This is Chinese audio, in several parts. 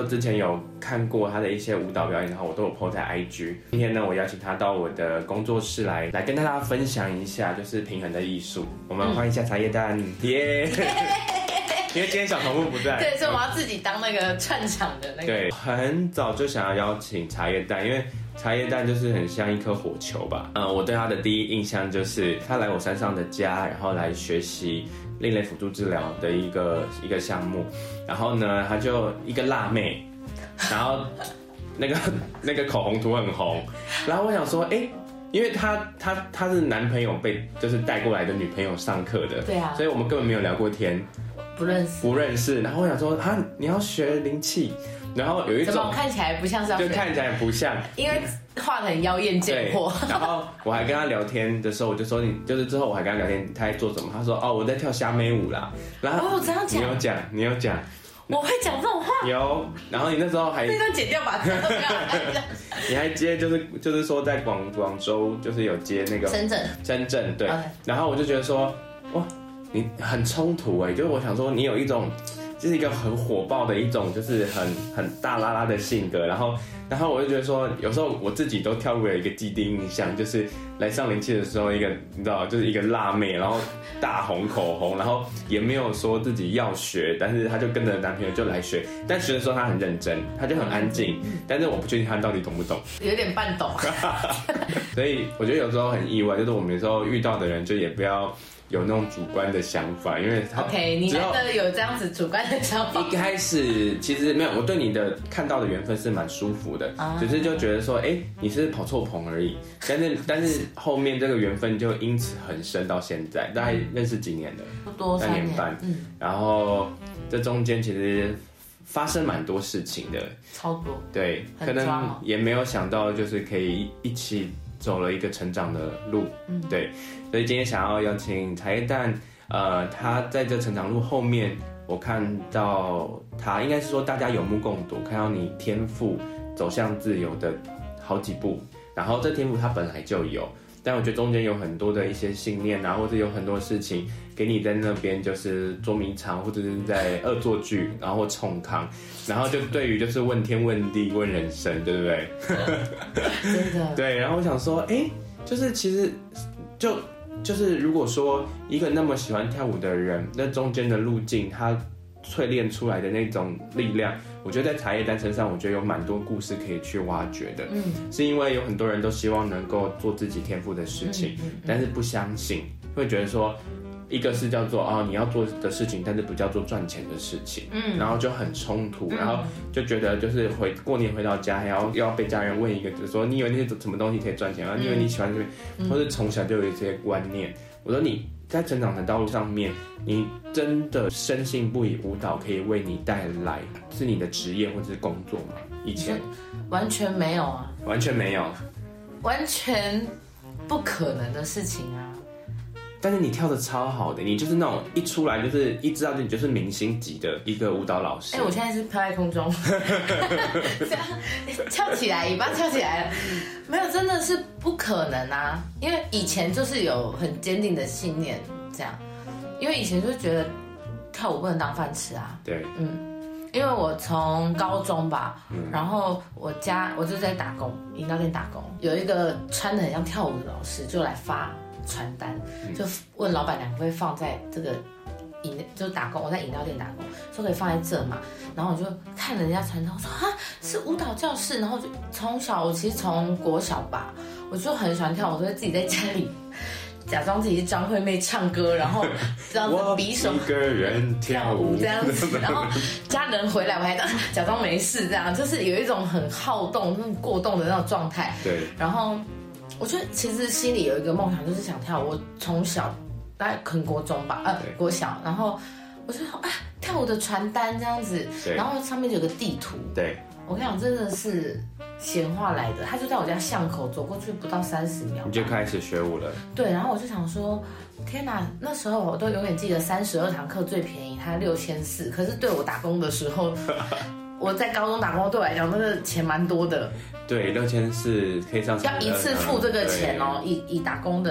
说之前有看过他的一些舞蹈表演，然后我都有 po 在 IG。今天呢，我邀请他到我的工作室来跟大家分享一下，就是平衡的艺术。我们欢迎一下茶叶蛋，耶！因为今天小宠物不在， 对，所以我要自己当那个串场的那个。 对，很早就想要邀请茶叶蛋，因为茶叶蛋就是很像一颗火球吧。我对他的第一印象就是他来我山上的家，然后来学习另类辅助治疗的一个项目。然后呢，他就一个辣妹，然后那个口红涂很红。然后我想说，因为他是男朋友被就是带过来的女朋友上课的， 对啊， 所以我们根本没有聊过天。不认识，然后我想说你要学灵气，然后有一种怎么看起来不像是要学， 就看起来不像， 因为画得很妖艳贱货。 然后我还跟他聊天的时候，我就说之后我还跟他聊天，他在做什么？他说我在跳虾妹舞啦。然后我有这样讲， 你有讲， 我会讲这种话。 有，然后你那时候还那段剪掉吧， 你还接就是说在广州就是有接那个深圳对，然后我就觉得说哇。你很冲突就是我想说你有一种就是一个很火爆的一种就是很大拉拉的性格，然后我就觉得说有时候我自己都跳入了一个既定印象，就是来上灵气的时候一个你知道就是一个辣妹，然后大红口红，然后也没有说自己要学，但是她就跟着男朋友就来学，但学的时候她很认真，她就很安静，但是我不确定她到底懂不懂， 有点半懂。 所以我觉得有时候很意外，就是我们有时候遇到的人就也不要有那种主观的想法，因为 OK， 你难得有这样子主观的想法。 一开始其实没有，我对你的看到的缘分是蛮舒服的，只是就觉得说，你是跑错棚而已。但是后面这个缘分就因此很深到现在，大概认识几年了？ 不多 3年半。然后这中间其实发生蛮多事情的， 超多。对， 可能也没有想到就是可以一起走了一个成长的路，对，所以今天想要邀请茶叶蛋，他在这成长路后面，我看到他应该是说大家有目共睹，看到你天赋走向自由的好几步，然后这天赋他本来就有，但我觉得中间有很多的一些信念啊，或者有很多事情给你在那边就是捉迷藏，或者是在恶作剧，然后或冲康，然后就对于就是问天问地问人生，对不对？ 真的。对， 然后我想说，就是其实就是如果说一个那么喜欢跳舞的人，那中间的路径他淬炼出来的那种力量，我觉得在茶叶蛋身上，我觉得有蛮多故事可以去挖掘的。是因为有很多人都希望能够做自己天赋的事情，但是不相信，会觉得说，一个是叫做你要做的事情，但是不叫做赚钱的事情，然后就很冲突，然后就觉得就是过年回到家又要被家人问一个，就是说你以为那些什么东西可以赚钱吗？你以为你喜欢这边，或是从小就有一些观念。我说你在成长的道路上面，你真的深信不疑舞蹈可以为你带来是你的职业或者是工作吗？以前完全没有啊， 完全没有， 完全不可能的事情啊。 但是你跳的超好的，你就是那种一出来就是一知道你就是明星级的一个舞蹈老师。 我现在是飘在空中，这样跳起来，尾巴跳起来了，没有，真的是不可能啊！因为以前就是有很坚定的信念，这样，因为以前就是觉得跳舞不能当饭吃啊。 对， 因为我从高中吧，然后我就在打工，饮料店打工，有一个穿得很像跳舞的老师就来发传单，就问老板娘可不可以放在这个就打工，我在饮料店打工，说可以放在这嘛。然后我就看人家传单，我说是舞蹈教室。然后就从小，我其实从国小吧，我就很喜欢跳舞，我都会自己在家里假装自己是张惠妹唱歌，然后这样子比手， 一个人跳舞这样子，然后家人回来我还假装没事，这样就是有一种很好动、那种过动的那种状态。 对， 然后我觉得其实心里有一个梦想，就是想跳舞。我从小大概可能国中吧，国小，然后我就说跳舞的传单这样子，然后上面有个地图。 对， 我跟你讲，真的是闲话来的，他就在我家巷口，走过去不到30秒， 你就开始学舞了。 对，然后我就想说，天哪，那时候我都永远记得32堂课最便宜，它6400，可是对我打工的时候，我在高中打工对我来讲，那个钱蛮多的。 对，6400可以上， 要一次付这个钱哦，以打工的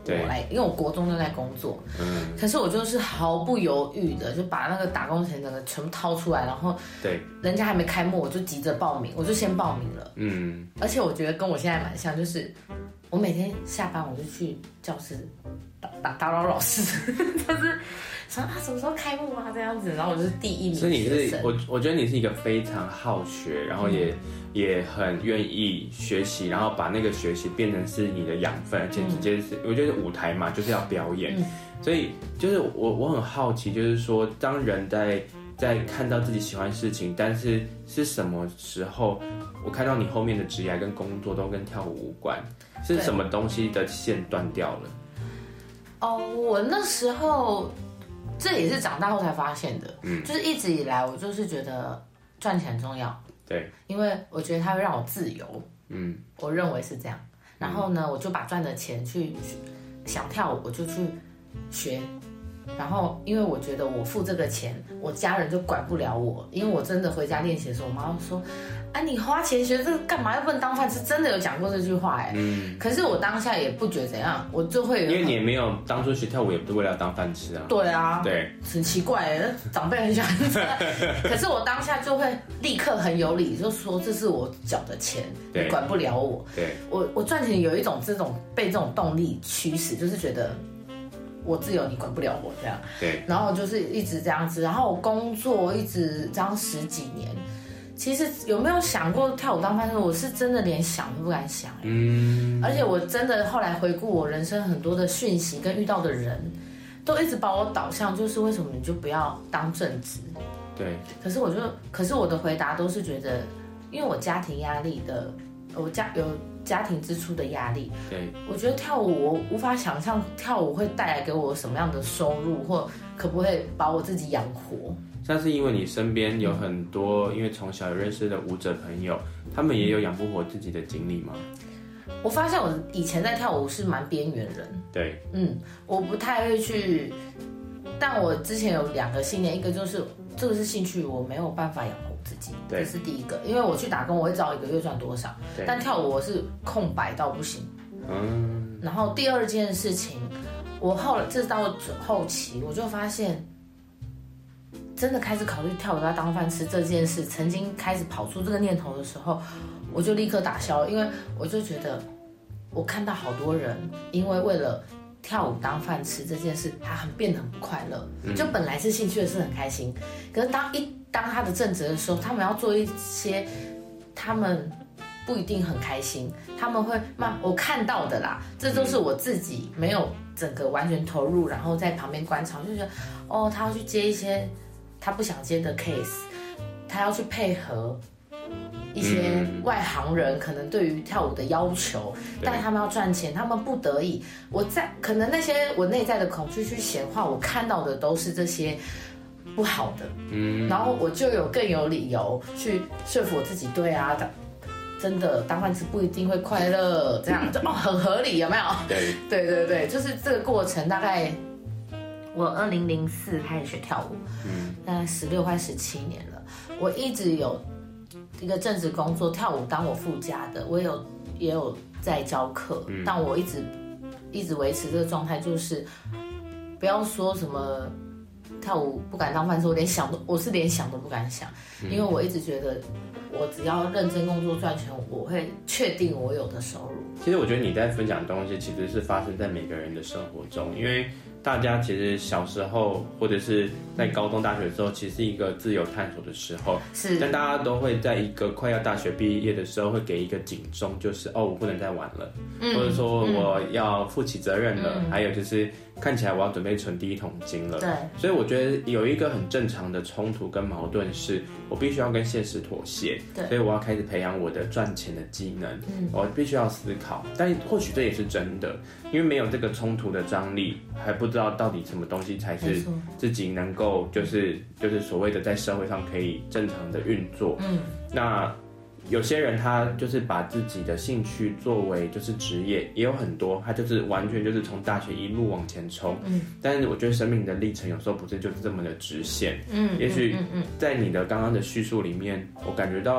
来，因为我国中就在工作，可是我就是毫不犹豫的就把那个打工钱整个全部掏出来，然后对， 人家还没开幕我就急着报名，我就先报名了，而且我觉得跟我现在蛮像，就是我每天下班我就去教室打扰老师，就是想什么时候开幕啊这样子，然后我就是第一名学生。 所以你是我觉得你是一个非常好学，然后也很愿意学习，然后把那个学习变成是你的养分，而且直接是我觉得舞台嘛就是要表演，所以就是我很好奇，就是说当人在看到自己喜欢的事情，但是什么时候我看到你后面的职业跟工作都跟跳舞无关，是什么东西的线断掉了？ 我那时候这也是长大后才发现的，就是一直以来我就是觉得赚钱很重要， 对， 因为我觉得它会让我自由，我认为是这样。然后呢，我就把赚的钱去想跳舞，我就去学。然后，因为我觉得我付这个钱，我家人就管不了我，因为我真的回家练习的时候，我妈就说：“啊，你花钱学这个干嘛？又不能当饭吃。”真的有讲过这句话哎。可是我当下也不觉得怎样，我就会因为你也没有当初学跳舞，也不是为了当饭吃啊。 对啊， 对， 很奇怪，长辈很喜欢这样。可是我当下就会立刻很有理，就说这是我缴的钱，你管不了我。 对， 我赚钱有一种被这种动力驱使，就是觉得。我自由，你管不了我这样。 对， 然后就是一直这样子，然后我工作一直这样10几年。其实有没有想过跳舞当饭吃？我是真的连想都不敢想而且我真的后来回顾我人生很多的讯息跟遇到的人，都一直把我导向，就是为什么你就不要当正职？ 对。 可是我的回答都是觉得，因为我家庭压力的，有家庭支出的压力， 对， 我觉得跳舞我无法想象跳舞会带来给我什么样的收入，或可不可以把我自己养活。 像是因为你身边有很多，因为从小有认识的舞者朋友，他们也有养不活自己的经历吗？ 我发现我以前在跳舞是蛮边缘人， 对， 我不太会去，但我之前有2个信念，一个就是这个是兴趣，我没有办法养活自己，这是第一个，因为我去打工，我会知道1个月赚多少，但跳舞我是空白到不行。然后第2件事情，我这到后期我就发现，真的开始考虑跳舞要当饭吃这件事，曾经开始跑出这个念头的时候，我就立刻打消，因为我就觉得我看到好多人因为了跳舞当饭吃这件事，他变得很不快乐。就本来是兴趣的事很开心，可是当他的正职的时候，他们要做一些他们不一定很开心，他们会我看到的啦，这都是我自己没有整个完全投入，然后在旁边观察，就觉得他要去接一些他不想接的 case， 他要去配合一些外行人可能对于跳舞的要求，但他们要赚钱，他们不得已。可能那些我内在的恐惧去显化，我看到的都是这些不好的，然后我就更有理由去说服我自己，对啊，真的当饭吃不一定会快乐，这样就很合理，有没有？对，就是这个过程。大概我2004开始学跳舞，大概16快17年了，我一直有一个正职工作，跳舞当我附加的，我也有在教课，但我一直维持这个状态，就是不要说什么跳舞不敢当饭吃，我是连想都不敢想，因为我一直觉得我只要认真工作赚钱，我会确定我有的收入。 其实我觉得你在分享的东西其实是发生在每个人的生活中，因为大家其实小时候或者是在高中大学的时候，其实是一个自由探索的时候，但大家都会在一个快要大学毕业的时候会给一个警钟，就是我不能再玩了，或者说我要负起责任了，还有就是看起来我要准备存第一桶金了。 对， 所以我觉得有一个很正常的冲突跟矛盾是，我必须要跟现实妥协，所以我要开始培养我的赚钱的技能，我必须要思考，但或许这也是真的，因为没有这个冲突的张力，还不知道到底什么东西才是自己能够就是所谓的在社会上可以正常的运作。那有些人他就是把自己的兴趣作为就是职业，也有很多他就是完全就是从大学一路往前冲。但是我觉得生命的历程有时候不是就是这么的直线。也许在你的刚刚的叙述里面，我感觉到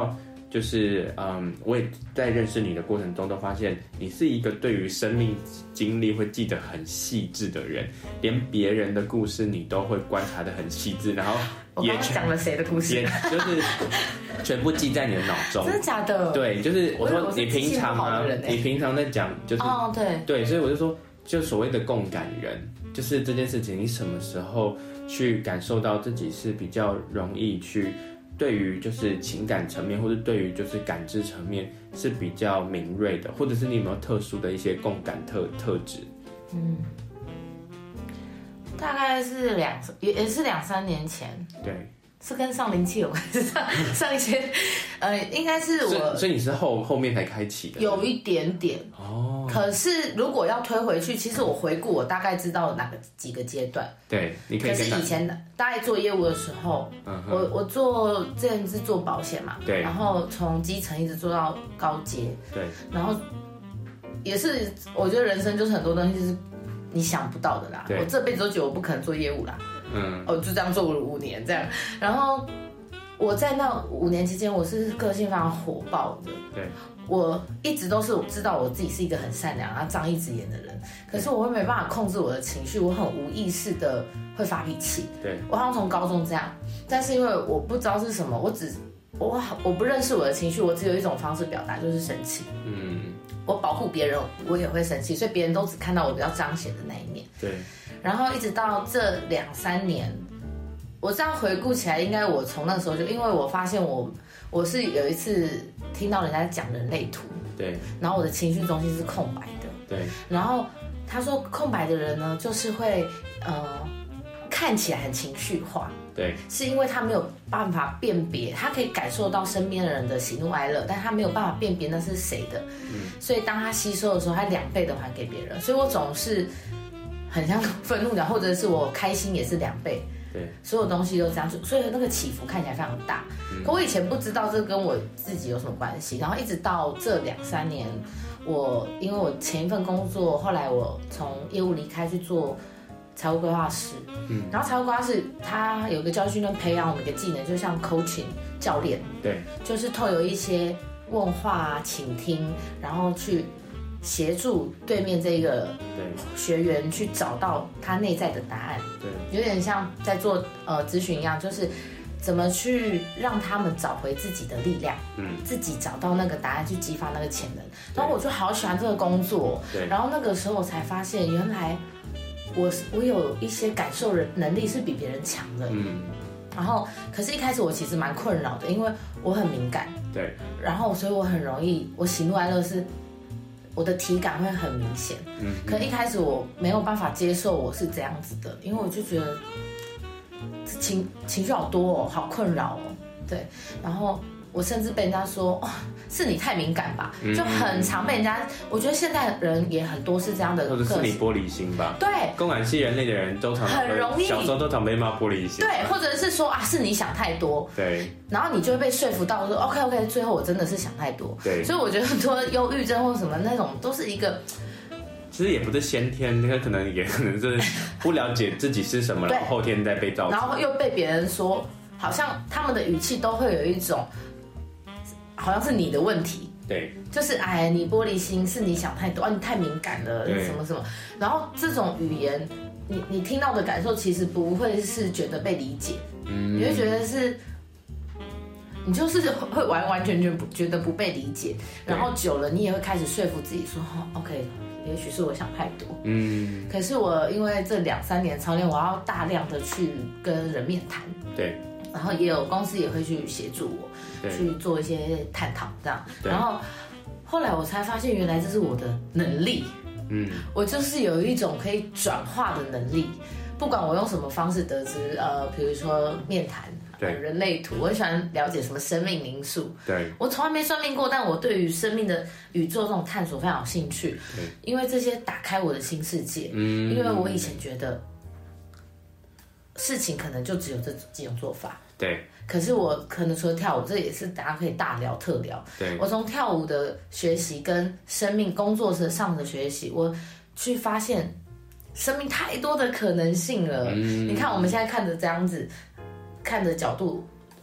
就是我也在认识你的过程中都发现你是一个对于生命经历会记得很细致的人，连别人的故事你都会观察得很细致，然后也讲了谁的故事， 也就是全部记在你的脑中。 真的假的？ 对，就是我说你平常啊，你平常在讲就是对，所以我就说，就所谓的共感人，就是这件事情，你什么时候去感受到自己是比较容易去对于就是情感层面，或者对于就是感知层面是比较敏锐的，或者是你有没有特殊的一些共感特质？ 大概是也是2-3年前。 对。 是跟上灵气有关系，上一些，应该是我， 所以你是后面才开启的， 有一点点哦。可是如果要推回去，其实我回顾，我大概知道几个阶段。 对，你可以。 可是以前大概做业务的时候，我之前是做保险嘛， 对， 然后从基层一直做到高阶， 对， 然后也是我觉得人生就是很多东西是你想不到的啦。我这辈子都觉得我不可能做业务啦。就这样做了5年这样，然后我在那5年期间，我是个性非常火爆的。 对， 我一直都是知道我自己是一个很善良、张一只眼的人，可是我会没办法控制我的情绪，我很无意识的会发脾气。 对， 我好像从高中这样，但是因为我不知道是什么，我不认识我的情绪，我只有一种方式表达，就是生气。我保护别人，我也会生气，所以别人都只看到我比较彰显的那一面。 对。 然后一直到这2-3年，我这样回顾起来，应该我从那时候就，因为我发现我是有一次听到人家讲人类图， 对， 然后我的情绪中心是空白的， 对， 然后他说空白的人呢，就是会看起来很情绪化， 对， 是因为他没有办法辨别，他可以感受到身边的人的喜怒哀乐，但他没有办法辨别那是谁的，所以当他吸收的时候，他2倍的还给别人，所以我总是很像愤怒的，或者是我开心也是2倍， 对， 所有东西都这样，所以那个起伏看起来非常大。可我以前不知道这跟我自己有什么关系，然后一直到这2-3年，因为我前一份工作，后来我从业务离开去做财务规划师，然后财务规划师他有个教育训练培养我们一个技能，就像 coaching 教练， 对， 就是透有一些问话、倾听，然后去协助对面这个学员去找到他内在的答案，对，有点像在做咨询一样，就是怎么去让他们找回自己的力量，自己找到那个答案，去激发那个潜能。然后我就好喜欢这个工作，对，然后那个时候我才发现，原来我有一些感受能力是比别人强的，然后可是一开始我其实蛮困扰的，因为我很敏感，对，然后所以我很容易，我喜怒哀乐是。我的体感会很明显，可一开始我没有办法接受我是这样子的，因为我就觉得情绪好多哦，好困扰哦，对，然后我甚至被人家说哦，是你太敏感吧，就很常被人家，我觉得现在人也很多是这样的， 或者是你玻璃心吧， 对， 共感系人类的人都常很容易， 小时候都常被骂玻璃心， 对，或者是说啊是你想太多， 对， 然后你就会被说服到说 OK， 最后我真的是想太多， 对， 所以我觉得很多忧郁症或什么那种都是一个。 其实也不是先天，那个可能是不了解自己是什么，然后后天再被造成， 然后又被别人说，好像他们的语气都会有一种，好像是你的问题， 对， 就是哎，你玻璃心，是你想太多啊，你太敏感了，什么什么，然后这种语言，你听到的感受其实不会是觉得被理解，你会觉得是。你就是会完完全全觉得不被理解，然后久了你也会开始说服自己说，OK， 也许是我想太多。可是我因为这2-3年操练，我要大量的去跟人面谈，对，然后也有公司也会去协助我去做一些探讨这样，然后后来我才发现原来这是我的能力，我就是有一种可以转化的能力，不管我用什么方式得知，比如说面谈。对人类图，我很喜欢了解什么生命灵数。对，我从来没算命过，但我对于生命的宇宙这种探索非常有兴趣。对，因为这些打开我的新世界。因为我以前觉得事情可能就只有这几种做法。对，可是我可能除了跳舞，这也是大家可以大聊特聊。对，我从跳舞的学习跟生命工作上的学习，我去发现生命太多的可能性了。你看我们现在看的这样子。看的角度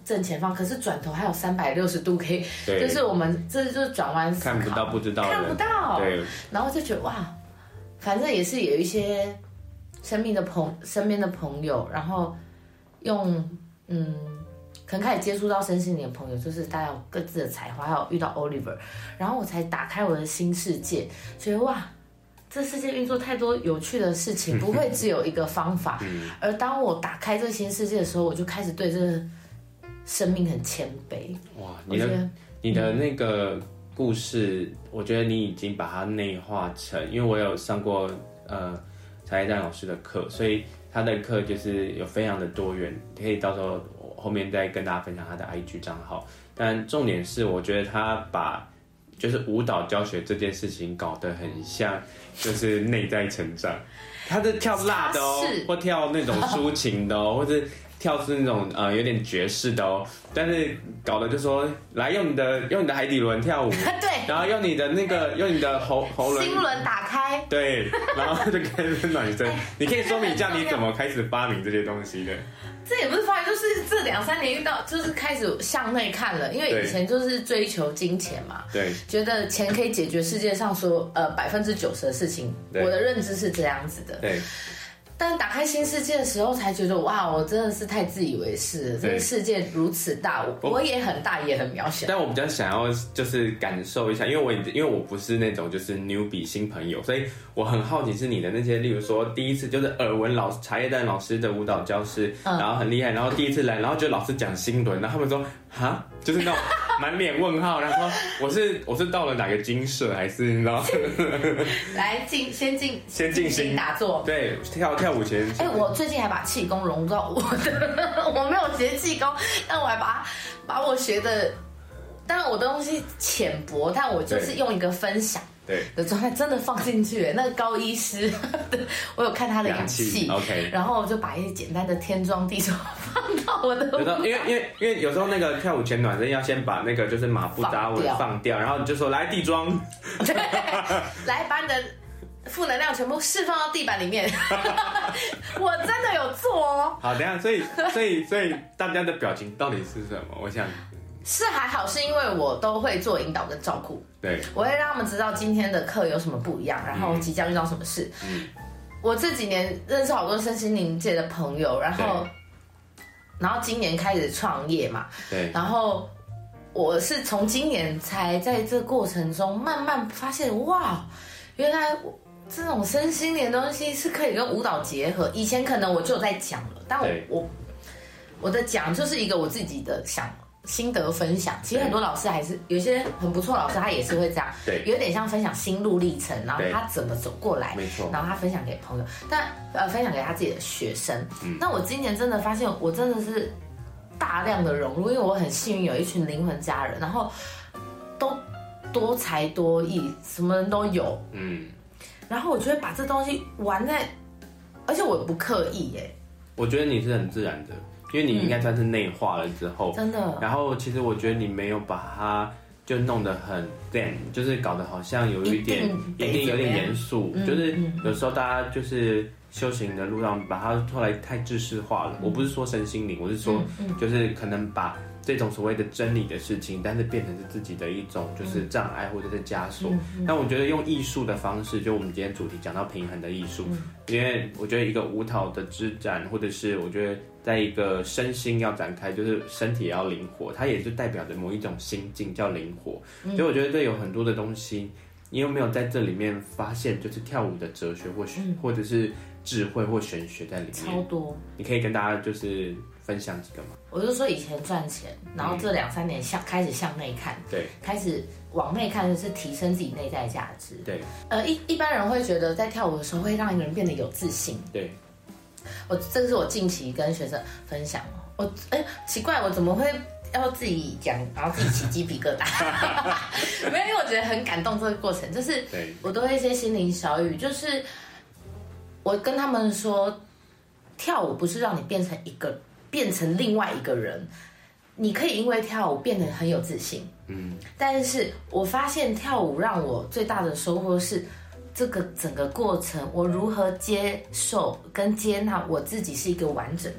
正前方，可是转头还有360度可以，就是我们这就是转弯思考， 看不到不知道的， 看不到， 对， 然后就觉得哇，反正也是有一些身边的朋友，然后用可能开始接触到身心灵的朋友，就是大家有各自的才华，还有遇到 Oliver， 然后我才打开我的新世界，觉得哇，这世界运作太多有趣的事情，不会只有一个方法。而当我打开这新世界的时候，我就开始对这个生命很谦卑。 哇，你的那个故事，我觉得你已经把它内化成，因为我有上过茶叶蛋老师的课，所以他的课就是有非常的多元，可以到时候后面再跟大家分享他的 IG 账号。但重点是，我觉得他把就是舞蹈教学这件事情搞得很像，就是内在成长。他是跳辣的哦，或跳那种抒情的哦，或者跳是那种有点爵士的哦，但是搞得就说来用你的海底轮跳舞， 对， 然后用你的喉轮， 心轮打开， 对，然后就开始暖身。你可以说明一下你怎么开始发明这些东西的？ 这也不是发明，就是这2-3年遇到，就是开始向内看了，因为以前就是追求金钱嘛， 对， 觉得钱可以解决世界上所90%的事情，我的认知是这样子的， 对。 但打开新世界的时候，才觉得哇，我真的是太自以为是了。这个世界如此大，我也很大，也很渺小。 但我比较想要就是感受一下，因为我不是那种就是 newbie 新朋友，所以我很好奇是你的那些，例如说第一次就是耳闻茶叶蛋老师的舞蹈教室，然后很厉害，然后第一次来，然后就老师讲心轮，然后他们说哈，就是那种满脸问号，然后说我是到了哪个精舍还是你知道？ 来先进行打坐， 对，跳舞前。 我最近还把气功融入到我没有学气功，但我还把我学的，当然我的东西浅薄，但我就是用一个分享的状态真的放进去。那个高医师，我有看他的氧气 ，OK， 然后我就把一些简单的天装地装放到我的舞蹈， 因为有时候那个跳舞前暖身要先把那个就是马步扎稳放掉，然后你就说来地装， 对，来把你的负能量全部释放到地板里面。我真的有做哦。 好，等一下，所以大家的表情到底是什么？我想是还好，是因为我都会做引导跟照顾， 对， 我会让他们知道今天的课有什么不一样，然后即将遇到什么事。我这几年认识好多身心灵界的朋友，然后今年开始创业嘛， 对， 然后我是从今年才在这个过程中慢慢发现，哇，原来这种身心灵的东西是可以跟舞蹈结合。以前可能我就有在讲了，但我的讲就是一个我自己的心得分享。其实很多老师还是有些很不错的老师，他也是会这样， 对， 有点像分享心路历程，然后他怎么走过来， 没错， 然后他分享给朋友，但分享给他自己的学生。那我今年真的发现，我真的是大量的融入，因为我很幸运有一群灵魂家人，然后都多才多艺，什么人都有，然后我就会把这东西玩在，而且我不刻意耶。 我觉得你是很自然的，因为你应该算是内化了之后， 真的。 然后其实我觉得你没有把它就弄得很 zen， 就是搞得好像有一点有点严肃，就是有时候大家就是修行的路上把它后来太制式化了。我不是说身心灵，我是说就是可能把这种所谓的真理的事情，但是变成是自己的一种就是障碍或者是枷锁。但我觉得用艺术的方式，就我们今天主题讲到平衡的艺术，因为我觉得一个舞蹈的施展，或者是我觉得在一个身心要展开，就是身体也要灵活，它也就代表着某一种心境叫灵活。所以我觉得这有很多的东西，你有没有在这里面发现，就是跳舞的哲学或者是智慧或玄学在里面？ 超多， 你可以跟大家就是分享几个吗？ 我就说以前赚钱，然后这2-3年开始向内看， 对， 开始往内看，就是提升自己内在价值。 对， 一般人会觉得在跳舞的时候会让一个人变得有自信。 对， 这个是我近期跟学生分享。奇怪，我怎么会要自己讲，然后自己起鸡皮疙瘩？没有，因为我觉得很感动。这个过程就是我都会一些心灵小语，就是我跟他们说，跳舞不是让你变成另外一个人，你可以因为跳舞变得很有自信。但是我发现跳舞让我最大的收获是，这个整个过程我如何接受跟接纳我自己是一个完整的人。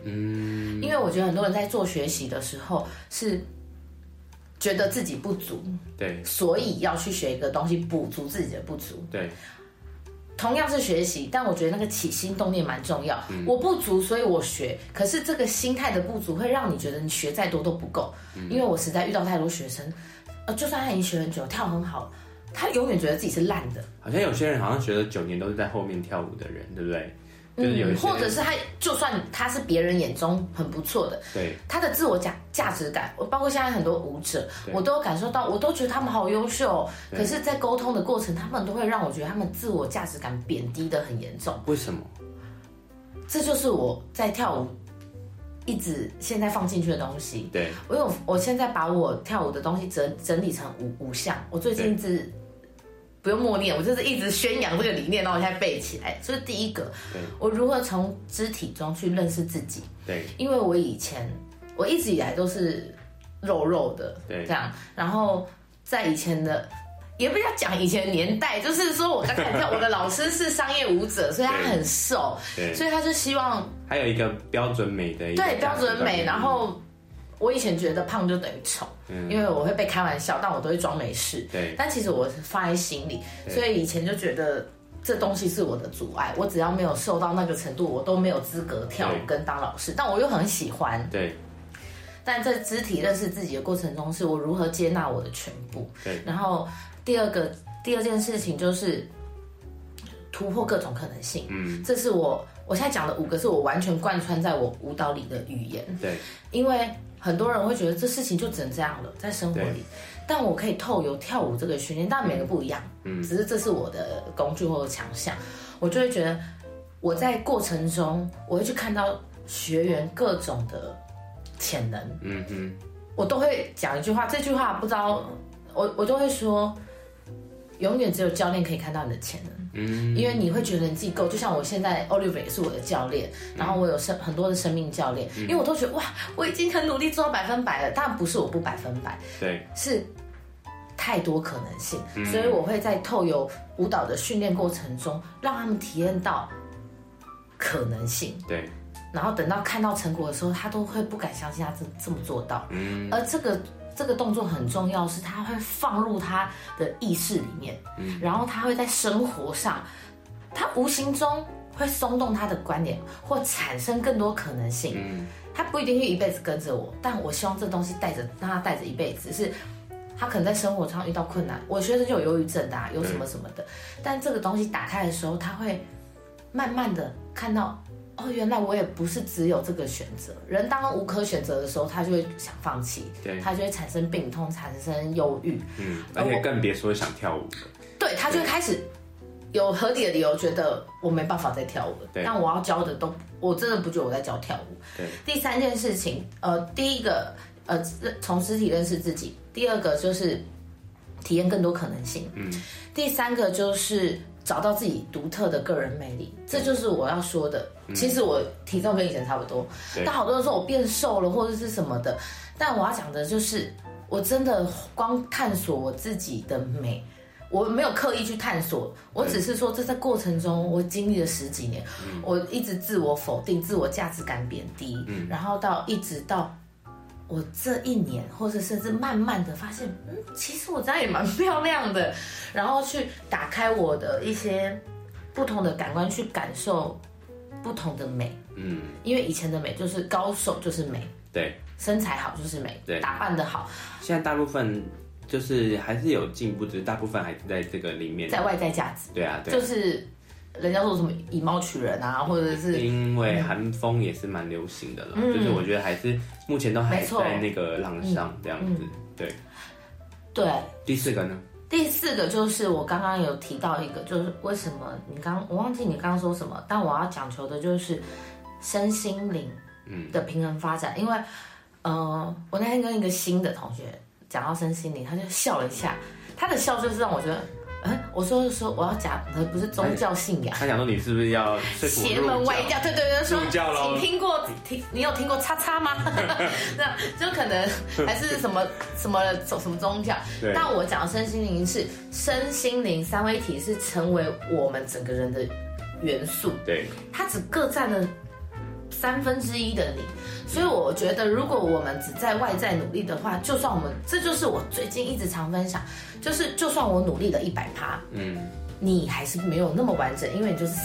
因为我觉得很多人在做学习的时候是觉得自己不足， 对， 所以要去学一个东西补足自己的不足。 对， 同样是学习，但我觉得那个起心动念蛮重要。我不足，所以我学。可是这个心态的不足，会让你觉得你学再多都不够。因为我实在遇到太多学生，就算他已经学很久，跳很好，他永远觉得自己是烂的。 好像有些人好像学了9年都是在后面跳舞的人，对不对？就是有一些或者是他，就算他是别人眼中很不错的， 对， 他的自我价值感，包括现在很多舞者，我都有感受到，我都觉得他们好优秀。可是，在沟通的过程，他们都会让我觉得他们自我价值感贬低的很严重。 为什么？ 这就是我在跳舞一直现在放进去的东西。 对， 因为我现在把我跳舞的东西整理成五项，我最近是不用默念，我就是一直宣扬这个理念，然后我现在背起来。所以第一个，我如何从肢体中去认识自己？ 对， 因为我一直以来都是肉肉的， 对， 这样，然后在以前的。也不要讲以前的年代，就是说我刚开始跳，我的老师是商业舞者，所以他很瘦，所以他就希望还有一个标准美的一个标准美。然后我以前觉得胖就等于丑，因为我会被开玩笑，但我都会装没事。 对， 但其实我放在心里，所以以前就觉得这东西是我的阻碍，我只要没有瘦到那个程度，我都没有资格跳舞跟当老师。但我又很喜欢， 对。 但在肢体认识自己的过程中，是我如何接纳我的全部。 对， 然后第二件事情就是突破各种可能性。这是我现在讲的5个，是我完全贯穿在我舞蹈里的语言。 对， 因为很多人会觉得这事情就只能这样了，在生活里，但我可以透由跳舞这个训练，但每个不一样。只是这是我的工具或者强项，我就会觉得我在过程中，我会去看到学员各种的潜能。我都会讲一句话，这句话不知道我都会说。永远只有教练可以看到你的潜能，因为你会觉得你自己够。就像我现在 Oliver 也是我的教练，然后我有很多的生命教练，因为我都觉得哇，我已经很努力做到100%了。当然不是我不100%， 对， 是太多可能性，所以我会在透由舞蹈的训练过程中，让他们体验到可能性。 对， 然后等到看到成果的时候，他都会不敢相信他这么做到。而这个动作很重要，是他会放入他的意识里面，然后他会在生活上，他无形中会松动他的观点，或产生更多可能性。他不一定会一辈子跟着我，但我希望这东西让他带着一辈子。是他可能在生活上遇到困难，我学生就有忧郁症的，有什么什么的，但这个东西打开的时候，他会慢慢的看到。原来我也不是只有这个选择。人当无可选择的时候，他就会想放弃，他就会产生病痛，产生忧郁， 而且更别说想跳舞了。 对，他就会开始有合理的理由，觉得我没办法再跳舞了。但我要教的我真的不觉得我在教跳舞。第3件事情，第一个从肢体认识自己，第2个就是体验更多可能性，第3个就是找到自己独特的个人魅力，这就是我要说的。其实我体重跟以前差不多，但好多人说我变瘦了或者是什么的，但我要讲的就是我真的光探索我自己的美，我没有刻意去探索，我只是说这在过程中我经历了10几年，我一直自我否定，自我价值感贬低，然后一直到我这1年，或者甚至慢慢的发现，其实我这样也蛮漂亮的，然后去打开我的一些不同的感官，去感受不同的美。因为以前的美就是高瘦就是美，对，身材好就是美，对，打扮的好。 现在大部分就是还是有进步，只是大部分还是在这个里面， 在外在价值。对啊，就是人家说什么以貌取人啊，或者是因为韩风也是蛮流行的了，就是我觉得还是目前都还在那个浪上这样子。对。第4个呢？ 第4个就是我刚刚有提到一个，就是为什么我忘记你刚刚说什么，但我要讲求的就是身心灵的平衡发展。因为我那天跟一个新的同学讲到身心灵，他就笑了一下，他的笑就是让我觉得。我说我要讲的不是宗教信仰。 他讲说你是不是要邪门歪教？对，说你有听过叉叉吗？那就可能还是什么宗教。但我讲的身心灵是身心灵3位一体，是成为我们整个人的元素。对，它只各占了 1/3的你。所以我觉得，如果我们只在外在努力的话，就算我们，这就是我最近一直常分享，就是就算我努力了100%，你还是没有那么完整，因为你就是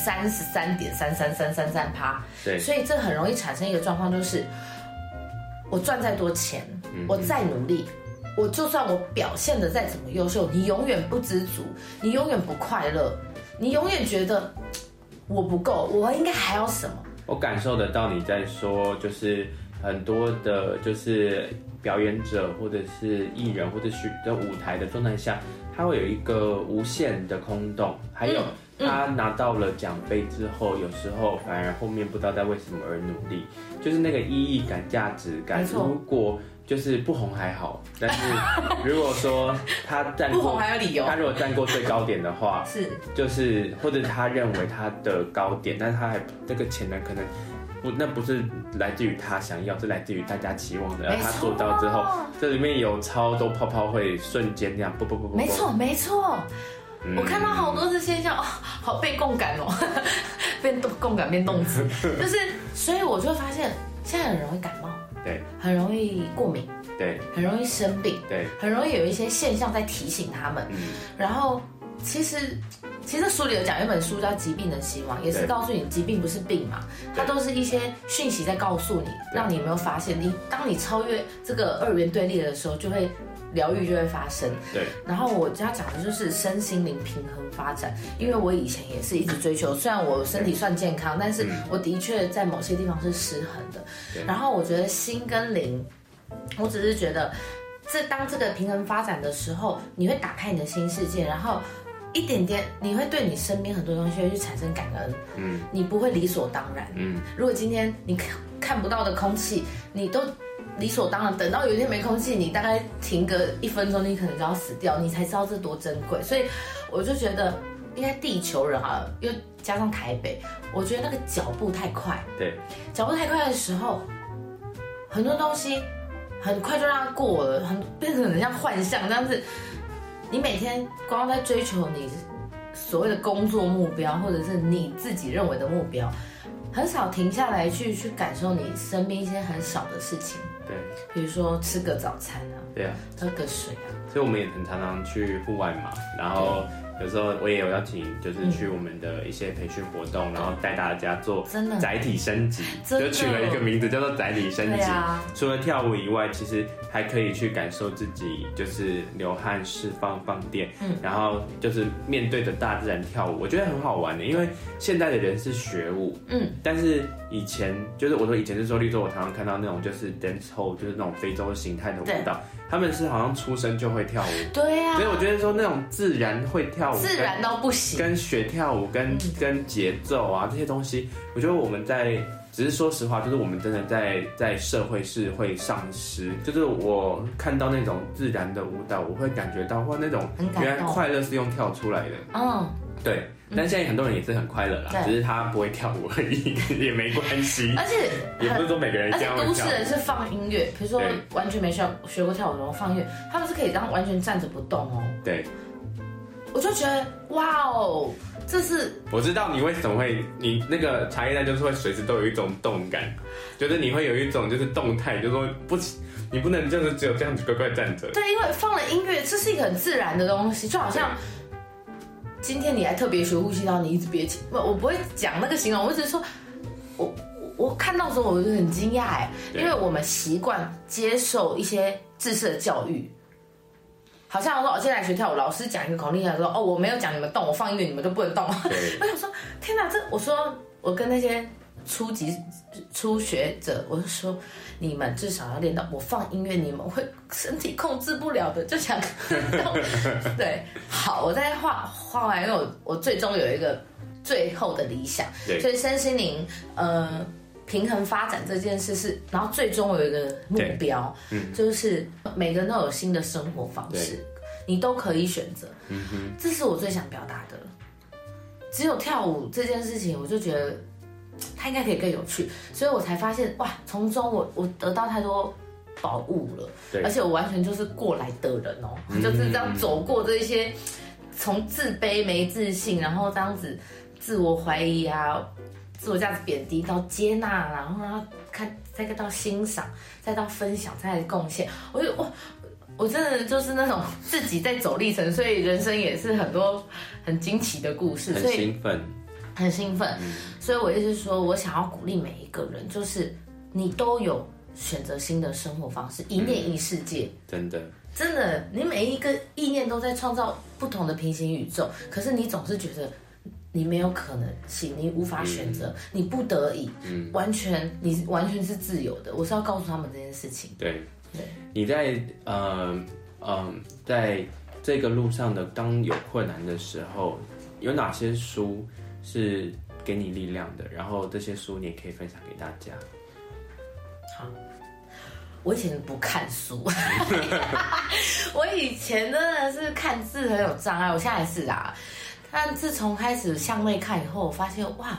33.33333%。 对， 所以这很容易产生一个状况，就是我赚再多钱，我再努力，我就算我表现的再怎么优秀，你永远不知足，你永远不快乐，你永远觉得我不够，我应该还要什么。 我感受得到你在说，就是很多的，就是表演者或者是艺人或者是在舞台的状态下，他会有一个无限的空洞，还有他拿到了奖杯之后，有时候反而后面不知道在为什么而努力，就是那个意义感、价值感。如果就是不红还好，但是如果说他站过， 不红还有理由。 他如果站过最高点的话， 是就是或者他认为他的高点，但是他还这个潜能可能那不是来自于他想要，是来自于大家期望的，而他做到之后，这里面有超多泡泡会瞬间这样不， 没错没错。我看到好多的现象，好被共感哦，共感变动词，就是所以我就发现现在很容易感冒。 对， 很容易过敏， 对， 很容易生病， 对， 很容易有一些现象在提醒他们。然后其实书里有讲一本书叫《疾病的希望》，也是告诉你疾病不是病嘛，它都是一些讯息在告诉你，让你有没有发现，当你超越这个二元对立的时候，就会疗愈就会发生。 对， 然后我要讲的就是身心灵平衡发展，因为我以前也是一直追求，虽然我身体算健康，但是我的确在某些地方是失衡的。然后我觉得心跟灵，我只是觉得，当这个平衡发展的时候，你会打开你的新世界，然后一点点，你会对你身边很多东西会去产生感恩。你不会理所当然。如果今天你看不到的空气，你都理所当然，等到有一天没空气，你大概停个1分钟，你可能就要死掉，你才知道这多珍贵。所以我就觉得，应该地球人啊，又加上台北，我觉得那个脚步太快。 对， 脚步太快的时候，很多东西很快就让它过了，变成很像幻象这样子。你每天光在追求你所谓的工作目标，或者是你自己认为的目标，很少停下来去感受你身边一些很小的事情。 对， 比如说吃个早餐啊， 对啊， 喝个水啊。 所以我们也很常常去户外嘛，然后有时候我也有邀请，就是去我们的一些培训活动，然后带大家做载体升级，就取了一个名字叫做载体升级。除了跳舞以外，其实还可以去感受自己，就是流汗、释放、放电，然后就是面对着大自然跳舞，我觉得很好玩的。因为现在的人是学舞，但是以前就是我说以前是说，例如说我常常看到那种就是 dancehall， 就是那种非洲形态的舞蹈，他们是好像出生就会跳舞。 对啊， 所以我觉得说那种自然会跳舞， 自然到不行， 跟学跳舞跟节奏啊这些东西，我觉得我们只是说实话，就是我们真的在社会是会丧失。就是我看到那种自然的舞蹈，我会感觉到哇，那种原来快乐是用跳出来的。对。但现在很多人也是很快乐啦，只是他不会跳舞而已，也没关系。 而且也不是说每个人这样会跳舞。 而且都市人是放音乐，比如说完全没学过跳舞的人放音乐，他们是可以这样完全站着不动哦。 对。 我就觉得哇哦，这是我知道你为什么会，你那个茶叶蛋就是会随时都有一种动感，就是你会有一种就是动态，就是说你不能就是只有这样子乖乖站着。 对，因为放了音乐，这是一个很自然的东西，就好像今天你还特别学呼吸道，你一直憋气，我不会讲那个形容，我只是说，我看到的时候我就很惊讶哎，因为我们习惯接受一些制式的教育。好像我说，我现在来学跳舞，老师讲一个口令，他说，我没有讲你们动，我放音乐你们都不能动。我想说，天哪，我说我跟那些初学者，我就说，你们至少要练到我放音乐，你们会身体控制不了的，就想动。对，好，我再画完，因为我最终有一个最后的理想，所以身心灵平衡发展这件事是，然后最终我有一个目标，就是每个人都有新的生活方式，你都可以选择，这是我最想表达的。只有跳舞这件事情，我就觉得它应该可以更有趣，所以我才发现哇，从中我得到太多宝物了，而且我完全就是过来的人哦，就是这样走过这些，从自卑没自信，然后这样子自我怀疑啊。 自我价值贬低到接纳，然后再到欣赏，再到分享，再来贡献。我真的就是那种自己在走历程，所以人生也是很多很惊奇的故事， 很兴奋， 很兴奋。所以我一直说，我想要鼓励每一个人，就是你都有选择新的生活方式，一念一世界， 真的。 真的，你每一个意念都在创造不同的平行宇宙，可是你总是觉得你没有可能性，你无法选择，你不得已，你完全是自由的。我是要告诉他们这件事情。 对，你在在这个路上的，当有困难的时候，有哪些书是给你力量的？然后这些书你也可以分享给大家。 好。我以前不看书，我以前真的是看字很有障碍，我现在还是啊。但自从开始向内看以后，我发现哇，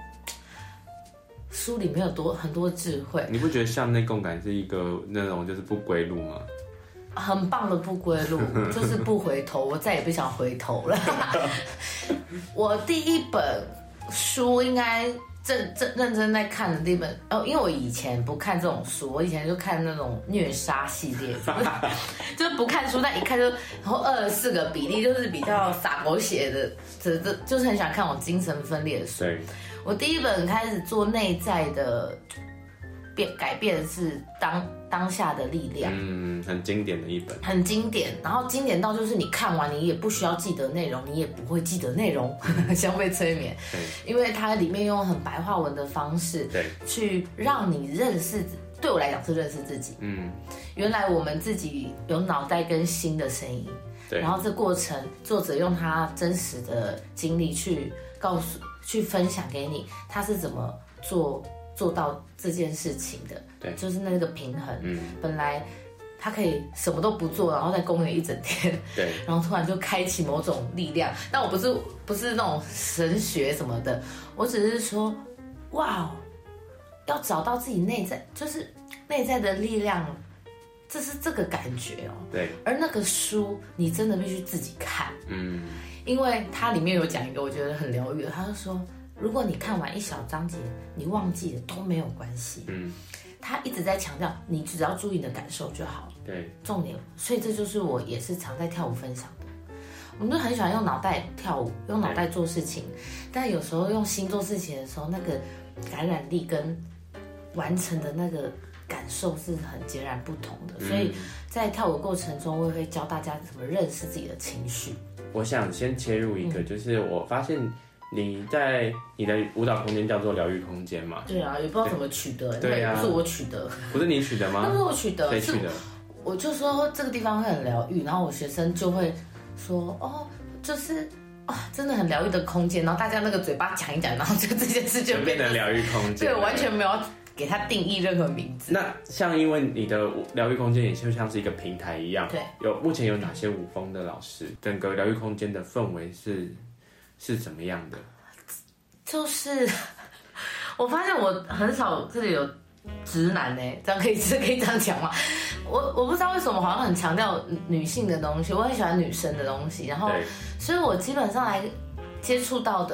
书里面有很多智慧。 你不觉得向内共感是一个那种就是不归路吗？ 很棒的不归路，就是不回头，我再也不想回头了。我第一本书应该。认真在看的第一本因为我以前不看这种书，我以前就看那种虐杀系列，就是不看书，但一看就然后24个比例，就是比较洒狗血的，就是很喜欢看我精神分裂的书。我第一本开始做内在的改变是当下的力量， 很经典的一本， 很经典，然后经典到就是你看完你也不需要记得内容，你也不会记得内容，像被催眠，因为它里面用很白话文的方式，去让你认识，对我来讲是认识自己，原来我们自己有脑袋跟心的声音，然后这过程作者用他真实的经历去分享给你，他是怎么做到这件事情的，对，就是那个平衡。本来他可以什么都不做，然后在公园一整天，对，然后突然就开启某种力量。但我不是那种神学什么的，我只是说，哇，要找到自己内在，就是内在的力量，这是这个感觉哦。对，而那个书你真的必须自己看，因为它里面有讲一个我觉得很疗愈的，他就说。如果你看完一小章节，你忘记了都没有关系。他一直在强调，你只要注意你的感受就好了。对，重点。所以这就是我也是常在跳舞分享的。我们都很喜欢用脑袋跳舞，用脑袋做事情，但有时候用心做事情的时候，那个感染力跟完成的那个感受是很截然不同的。所以在跳舞过程中，我也会教大家怎么认识自己的情绪。我想先切入一个，就是我发现。你在你的舞蹈空间叫做疗愈空间嘛？对啊，也不知道怎么取得，对啊，不是我取得，不是你取得吗？不是我取得，谁取得？我就说这个地方会很疗愈，然后我学生就会说就是真的很疗愈的空间，然后大家那个嘴巴讲一讲，然后就这件事就变成疗愈空间，对，完全没有给它定义任何名字。那像因为你的疗愈空间也就像是一个平台一样，对，目前有哪些舞风的老师？整个疗愈空间的氛围是怎么样的？就是我发现我很少这里有直男这样可以这样讲吗？我不知道为什么好像很强调女性的东西，我很喜欢女生的东西，然后所以我基本上来接触到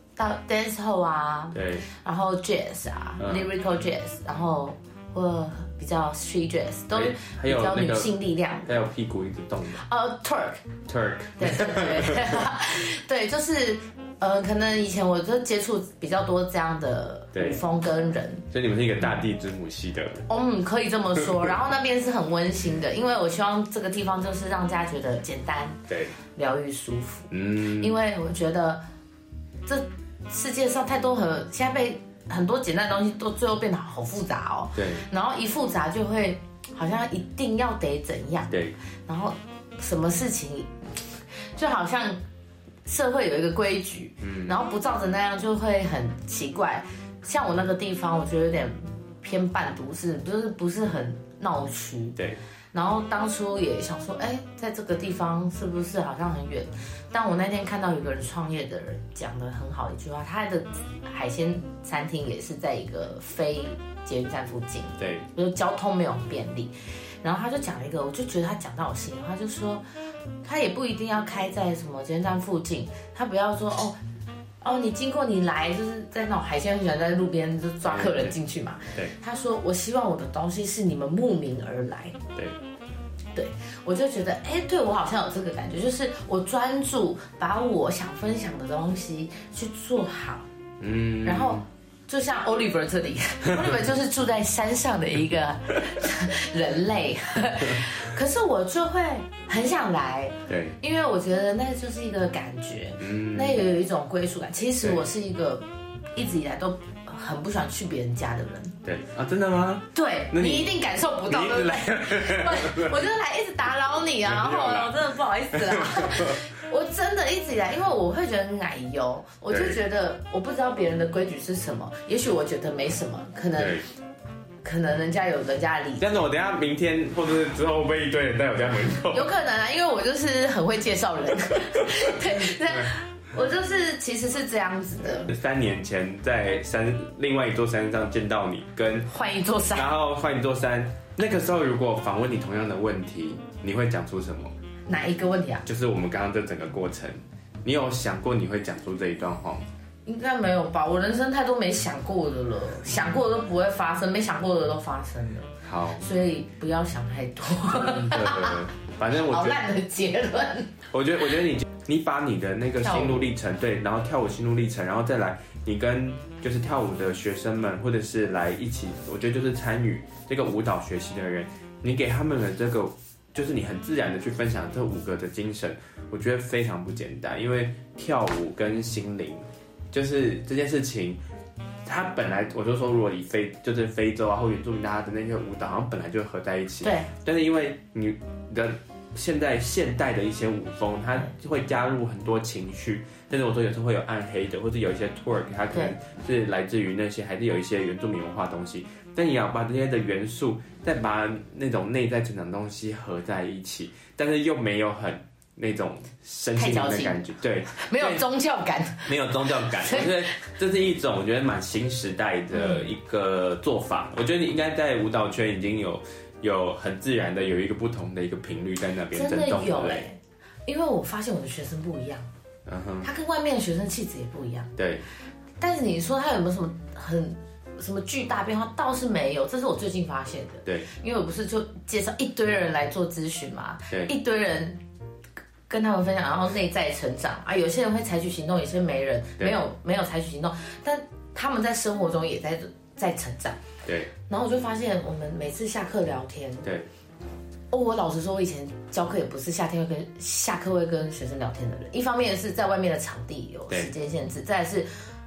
dance hall 啊，对，然后 jazz 啊，lyrical jazz， 然后或比较 street jazz 都比较女性力量，还有屁股一直动的Turk， 对，对，就是可能以前我就接触比较多这样的舞风跟人，所以你们是一个大地之母系的，可以这么说。然后那边是很温馨的，因为我希望这个地方就是让大家觉得简单、对，疗愈、舒服。因为我觉得这世界上太多现在被很多简单的东西都最后变得好复杂哦。对，然后一复杂就会好像一定要得怎样。对，然后什么事情就好像社会有一个规矩，然后不照着那样就会很奇怪。像我那个地方，我觉得有点偏半都市，就是不是很闹区。对。然后当初也想说，在这个地方是不是好像很远？但我那天看到有个人创业的人讲的很好的一句话，他的海鲜餐厅也是在一个非捷运站附近，对，就是交通没有很便利。然后他就讲了一个，我就觉得他讲到我心里，他就说，他也不一定要开在什么捷运站附近，他不要说哦，你经过你来，就是在那种海鲜很喜欢在路边就抓客人进去嘛。 对。 他说我希望我的东西是你们慕名而来。 对。 对，我就觉得，对我好像有这个感觉，就是我专注把我想分享的东西去做好。然后就像 Oliver 这里，Oliver 就是住在山上的一个人类，可是我就会很想来， 对， 因为我觉得那就是一个感觉，那也有一种归属感。其实我是一个一直以来都很不喜欢去别人家的人。 对啊，真的吗？ 对，你一定感受不到，对不对？我就是来一直打扰你啊，然后我真的不好意思啦。我真的一直以来，因为我会觉得奶油，我就觉得我不知道别人的规矩是什么，也许我觉得没什么，可能人家有人家的理。 但是我等一下明天或者是之后被一堆人在我家门口。 有可能啊，因为我就是很会介绍人。对。我就是其实是这样子的。 3年前在另外一座山上见到你，跟换一座山， 然后换一座山。那个时候如果访问你同样的问题，你会讲出什么？ 哪一个问题啊？ 就是我们刚刚这整个过程，你有想过你会讲出这一段话吗？ 应该没有吧，我人生太多没想过的了，想过的都不会发生，没想过的都发生了。 好， 所以不要想太多。 对，反正我觉得好烂的结论。 我觉得你把你的那个心路历程，对，然后跳舞心路历程，然后再来你跟就是跳舞的学生们，或者是来一起，我觉得就是参与这个舞蹈学习的人，你给他们的这个，就是你很自然的去分享这5个的精神，我觉得非常不简单，因为跳舞跟心灵，就是这件事情。它本来我就说，如果以就是非洲啊或原住民大家的那些舞蹈，好像本来就合在一起。 对。但是因为你的现代的一些舞风，它会加入很多情绪，甚至我说有时候会有暗黑的，或者有一些 twerk， 它可能是来自于那些还是有一些原住民文化东西。但你要把这些的元素，再把那种内在成长的东西合在一起，但是又没有很。那种身心灵的感觉，对， 没有宗教感， 没有宗教感，我觉得这是一种我觉得蛮新时代的一个做法。我觉得你应该在舞蹈圈已经有很自然的有一个不同的一个频率在那边震动， 真的有因为我发现我的学生不一样，他跟外面的学生气质也不一样， 对。 但是你说他有没有什么巨大变化？倒是没有，这是我最近发现的。 对， 因为我不是就介绍一堆人来做咨询嘛， 对， 一堆人。跟他们分享，然后内在成长啊，有些人会采取行动，有些没人没有采取行动，但他们在生活中也在成长。 对。 然后我就发现，我们每次下课聊天， 对。 我老实说，我以前教课也不是下课会跟学生聊天的人。一方面是在外面的场地有时间限制，再来是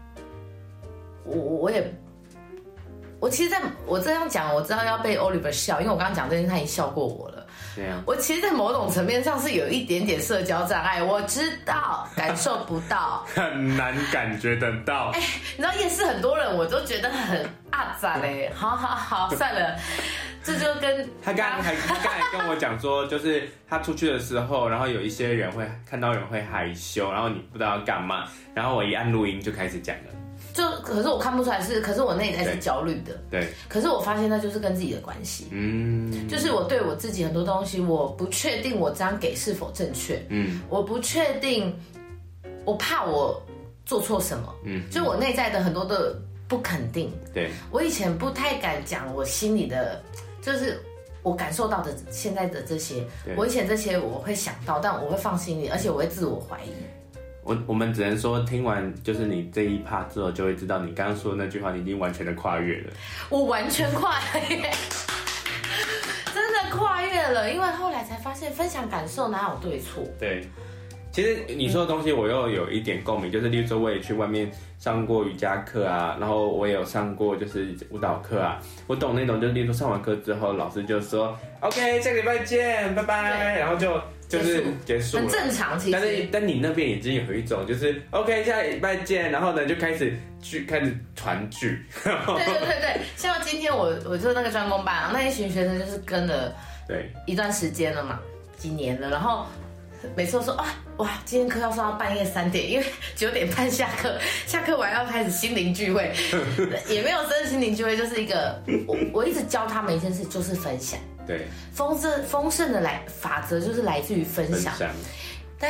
我其实我这样讲，我知道要被 Oliver 笑，因为我刚刚讲这件他已经笑过我了。我其实，在某种层面上是有一点点社交障碍，我知道，感受不到， 很难感觉得到。 你知道夜市很多人，我都觉得很赞嘞。好，算了，这就跟他刚才跟我讲说，就是他出去的时候，然后有一些人会看到人会害羞，然后你不知道要干嘛，然后我一按录音就开始讲了。 可是我看不出来可是我内在是焦虑的。 对。 可是我发现那就是跟自己的关系。就是我对我自己很多东西，我不确定我这样给是否正确。我不确定，我怕我做错什么。就我内在的很多的不肯定。 对。 我以前不太敢讲我心里的，就是我感受到的现在的这些。我以前这些我会想到，但我会放心里，而且我会自我怀疑。 我们只能说，听完就是你这一 part 之后，就会知道你刚刚说的那句话，你已经完全的跨越了。 我完全跨越，真的跨越了，因为后来才发现，分享感受哪有对错？ 对，其实你说的东西，我又有一点共鸣，就是例如说，我也去外面上过瑜伽课啊，然后我也有上过就是舞蹈课啊，我懂那种，就例如说上完课之后，老师就说 OK， 下个礼拜见，拜拜，然后就是结束了， 很正常。其实， 但你那边已经有一种就是 OK， 下礼拜见，然后呢就开始团聚。 对，像今天我就那个专攻班，那一群学生就是跟了一段时间了嘛，几年了，然后每次都说哇，今天课要上到半夜3点，因为9点半下课，下课完要开始心灵聚会，也没有真的心灵聚会，就是一个我一直教他们一件事，就是分享。 对， 丰盛的法则就是来自于分享。但是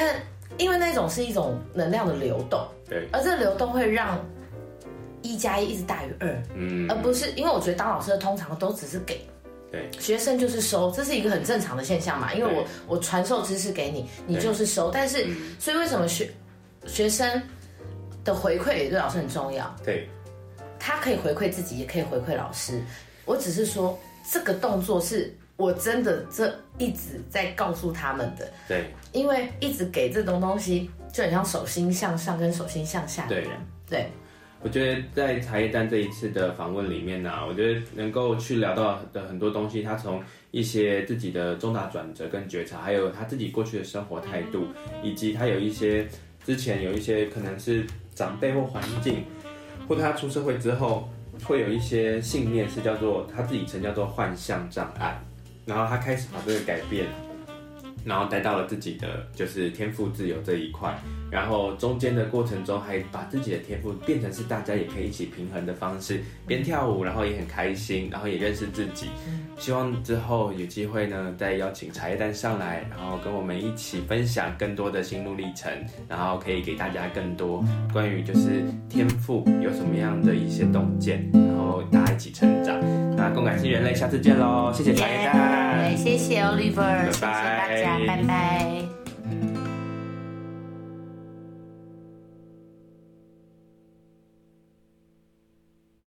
因为那种是一种能量的流动， 对， 而这个流动会让1+1一直大于2，而不是因为我觉得当老师的通常都只是给。 对， 学生就是收，这是一个很正常的现象嘛。因为我传授知识给你，你就是收。但是，所以为什么学生的回馈也对老师很重要？ 对， 他可以回馈自己，也可以回馈老师。我只是说，这个动作是我真的一直在告诉他们的。 对， 因为一直给这种东西，就很像手心向上跟手心向下的人。对。 我觉得在茶叶蛋这一次的访问里面呢，我觉得能够去聊到的很多东西，他从一些自己的重大转折跟觉察，还有他自己过去的生活态度，以及他有一些之前有一些可能是长辈或环境，或者他出社会之后会有一些信念是叫做他自己称叫做幻象障碍，然后他开始把这个改变，然后带到了自己的就是天赋自由这一块，然后中间的过程中还把自己的天赋变成是大家也可以一起平衡的方式，边跳舞，然后也很开心，然后也认识自己。希望之后有机会呢，再邀请茶叶蛋上来，然后跟我们一起分享更多的心路历程，然后可以给大家更多关于就是天赋有什么样的一些洞见，然后大家一起成长。那共感新人类，下次见喽！谢谢茶叶蛋， 谢谢 Oliver， 谢谢大家，拜拜。